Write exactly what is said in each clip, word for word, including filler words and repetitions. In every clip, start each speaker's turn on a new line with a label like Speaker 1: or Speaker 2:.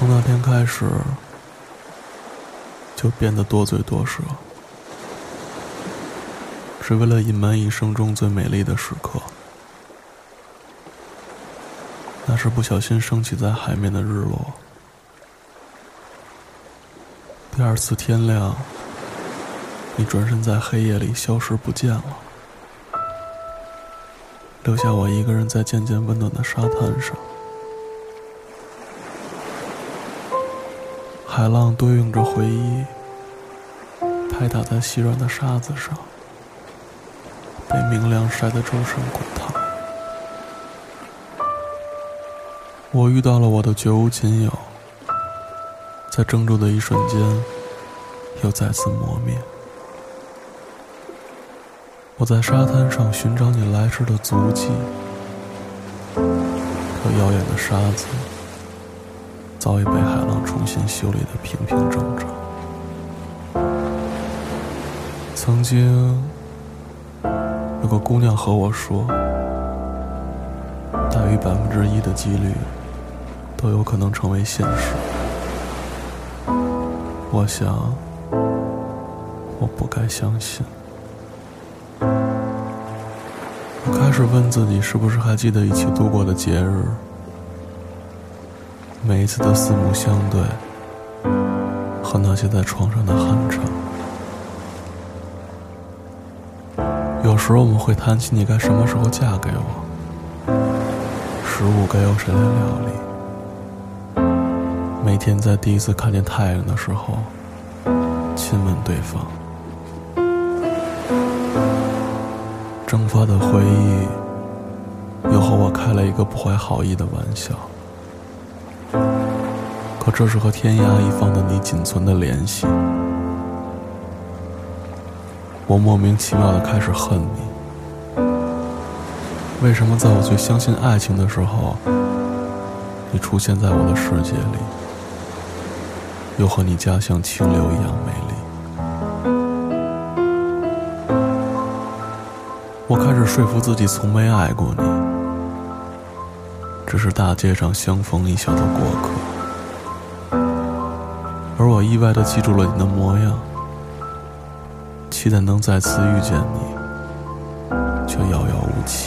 Speaker 1: 从那天开始，就变得多嘴多舌，只为了隐瞒一生中最美丽的时刻。那是不小心升起在海面的日落。第二次天亮，你转身在黑夜里消失不见了，留下我一个人在渐渐温暖的沙滩上。海浪对应着回忆，拍打在细软的沙子上，被明亮晒得周身滚烫。我遇到了我的绝无仅有，在怔住的一瞬间，又再次磨灭。我在沙滩上寻找你来时的足迹，可耀眼的沙子早已被海浪重新修理得平平整整。曾经有个姑娘和我说，大于百分之一的几率都有可能成为现实。我想我不该相信。我开始问自己，是不是还记得一起度过的节日，每一次的四目相对，和那些在床上的酣畅。有时候我们会谈起你该什么时候嫁给我，食物该由谁来料理，每天在第一次看见太阳的时候亲吻对方。蒸发的回忆又和我开了一个不怀好意的玩笑，可这是和天涯一方的你仅存的联系。我莫名其妙地开始恨你，为什么在我最相信爱情的时候，你出现在我的世界里，又和你家乡清流一样美丽。我开始说服自己从没爱过你，只是大街上相逢一笑的过客。而我意外地记住了你的模样，期待能再次遇见你，却遥遥无期。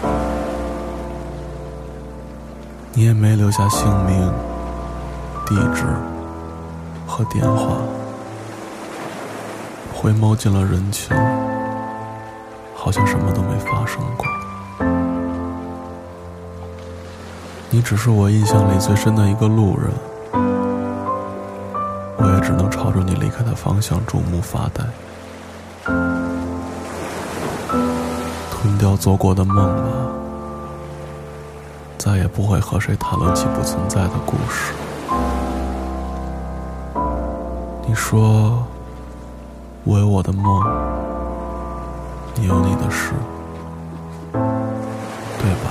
Speaker 1: 你也没留下姓名、地址和电话。回眸进了人群，好像什么都没发生过。你只是我印象里最深的一个路人，我也只能朝着你离开的方向注目发呆，吞掉做过的梦吧，再也不会和谁谈论起不存在的故事。你说我有我的梦，你有你的事，对吧？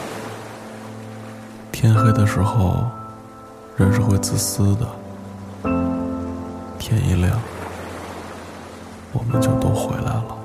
Speaker 1: 天黑的时候，人是会自私的。天一亮，我们就都回来了。